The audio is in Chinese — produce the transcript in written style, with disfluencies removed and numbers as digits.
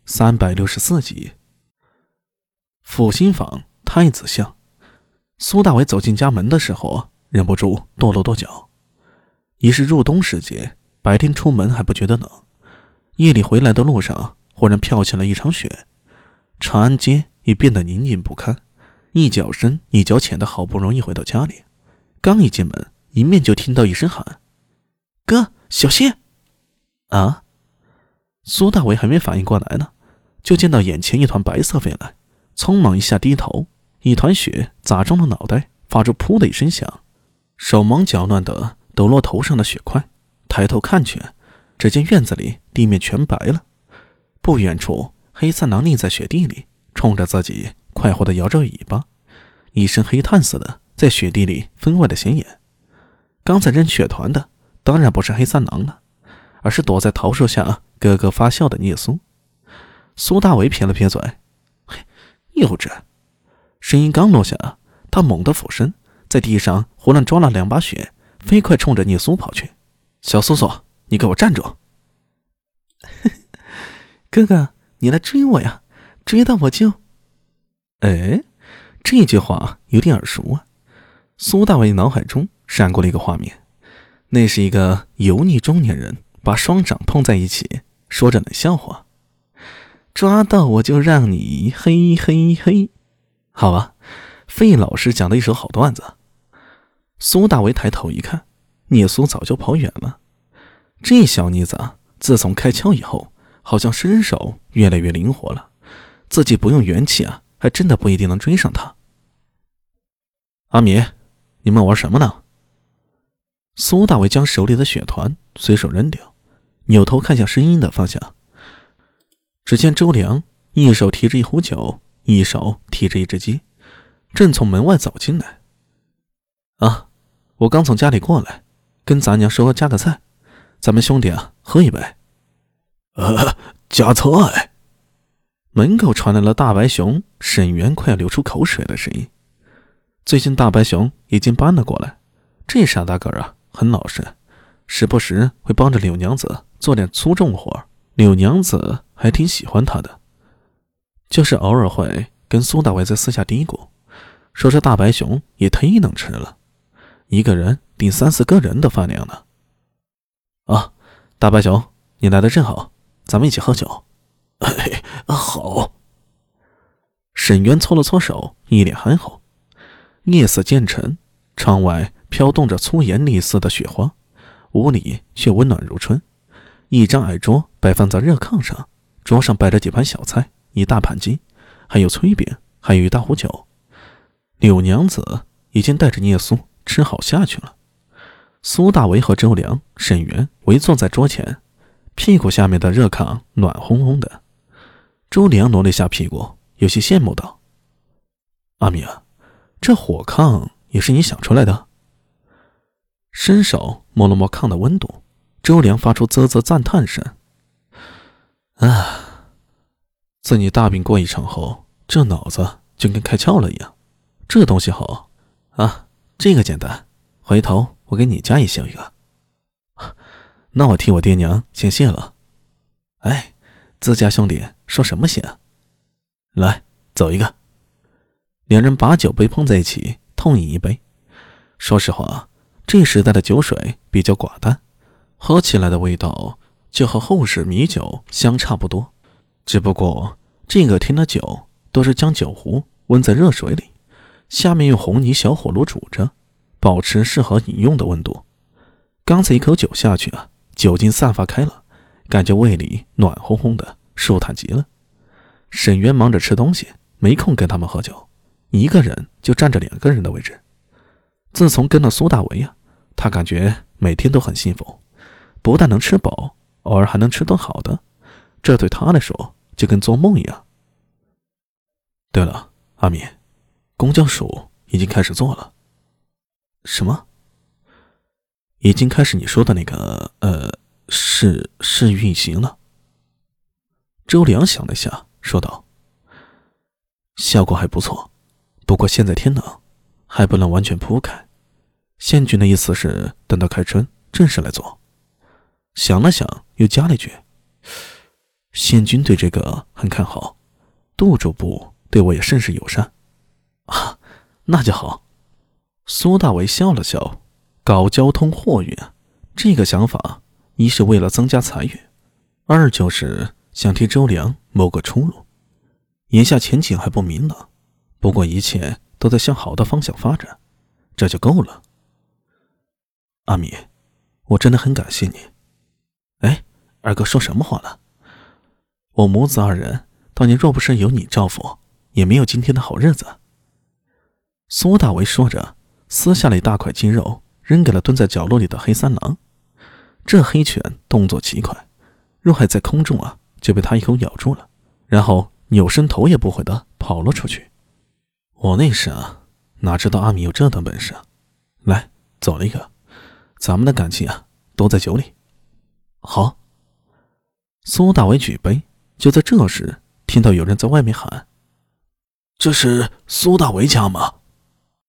364集。抚心坊太子巷，苏大伟走进家门的时候，忍不住跺了跺脚。已是入冬时节，白天出门还不觉得冷，夜里回来的路上，忽然飘起了一场雪，长安街也变得泥泞不堪，一脚深一脚浅的，好不容易回到家里，刚一进门，迎面就听到一声喊：“哥，小心！”啊！苏大伟还没反应过来呢，就见到眼前一团白色飞来，匆忙一下低头，一团雪砸中了脑袋，发出噗的一声响，手忙脚乱的抖落头上的雪块，抬头看去，只见院子里地面全白了，不远处黑三郎立在雪地里，冲着自己快活的摇着尾巴，一身黑炭似的在雪地里分外的显眼。刚才扔雪团的当然不是黑三郎了，而是躲在桃树下咯咯发笑的聂苏。苏大伟撇了撇嘴，嘿，幼稚。声音刚落下，他猛地俯身，在地上胡乱抓了2把雪，飞快冲着聂苏跑去。小苏苏，你给我站住！ 哥哥，你来追我呀，追到我就…… 哎，这句话有点耳熟啊。苏大伟脑海中闪过了一个画面，那是一个油腻中年人把双掌碰在一起，说着冷笑话：“ 抓到我就让你嘿嘿嘿。” 好吧，费老师讲的一手好段子。苏大为抬头一看，聂苏早就跑远了。这小妮子自从开窍以后，好像身手越来越灵活了，自己不用元气还真的不一定能追上她。阿米，你们玩什么呢？苏大为将手里的雪团随手扔掉，扭头看向声音的方向。只见周良一手提着一壶酒，一手提着一只鸡，正从门外走进来。啊，我刚从家里过来，跟咱娘说加个菜，咱们兄弟喝一杯。 加菜。 门口传来了大白熊沈源快要流出口水的声音。最近大白熊已经搬了过来，这傻大个很老实，时不时会帮着柳娘子做点粗重活，柳娘子还挺喜欢他的，就是偶尔会跟苏大伟在私下嘀咕，说这大白熊也忒能吃了，一个人顶3、4个人的饭量呢。啊，大白熊，你来的正好，咱们一起喝酒。 好。 沈渊搓了搓手，一脸憨厚。夜色渐沉，窗外飘动着粗盐粒似的雪花，屋里却温暖如春。一张矮桌摆放在热炕上，桌上摆着几盘小菜，一大盘鸡，还有炊饼，还有一大壶酒。柳娘子已经带着聂苏吃好下去了。苏大为和周良、沈源围坐在桌前，屁股下面的热炕暖烘烘的。周良挪了一下屁股，有些羡慕道：“阿米这火炕也是你想出来的？”伸手摸了摸炕的温度，周良发出啧啧赞叹声：“自你大病过一场后，这脑子就跟开窍了一样。这东西好这个简单，回头我给你家也修一个。那我替我爹娘先谢了。自家兄弟说什么谢来，走一个。”两人把酒杯碰在一起，痛饮一杯。说实话，这时代的酒水比较寡淡，喝起来的味道就和后世米酒相差不多，只不过这个天的酒都是将酒壶温在热水里，下面用红泥小火炉煮着，保持适合饮用的温度。刚才一口酒下去酒精散发开了，感觉胃里暖烘烘的，舒坦极了。沈渊忙着吃东西，没空跟他们喝酒，一个人就占着2个人的位置。自从跟了苏大为他感觉每天都很幸福，不但能吃饱，偶尔还能吃顿好的，这对他来说就跟做梦一样。对了，阿米，公交署已经开始做了。什么？已经开始你说的那个试运行了。周良想了下，说道：“效果还不错，不过现在天冷，还不能完全铺开。县局的意思是等到开春正式来做。”想了想，又加了一句：“ 县君对这个很看好，杜主簿对我也甚是友善。啊，那就好。苏大为笑了笑，搞交通货运，这个想法一是为了增加财源，二就是想替周良谋个出路。眼下前景还不明朗，不过一切都在向好的方向发展，这就够了。阿米，我真的很感谢你。哎，二哥说什么话了？我母子二人当年若不是有你照拂，也没有今天的好日子。苏大为说着，撕下了一大块鸡肉，扔给了蹲在角落里的黑三郎。这黑犬动作奇快，肉还在空中就被他一口咬住了，然后扭身头也不回的跑了出去。我那时哪知道阿米有这等本事来，走了一个，咱们的感情都在酒里。好。苏大为举杯，就在这时听到有人在外面喊：“ 这是苏大为家吗？”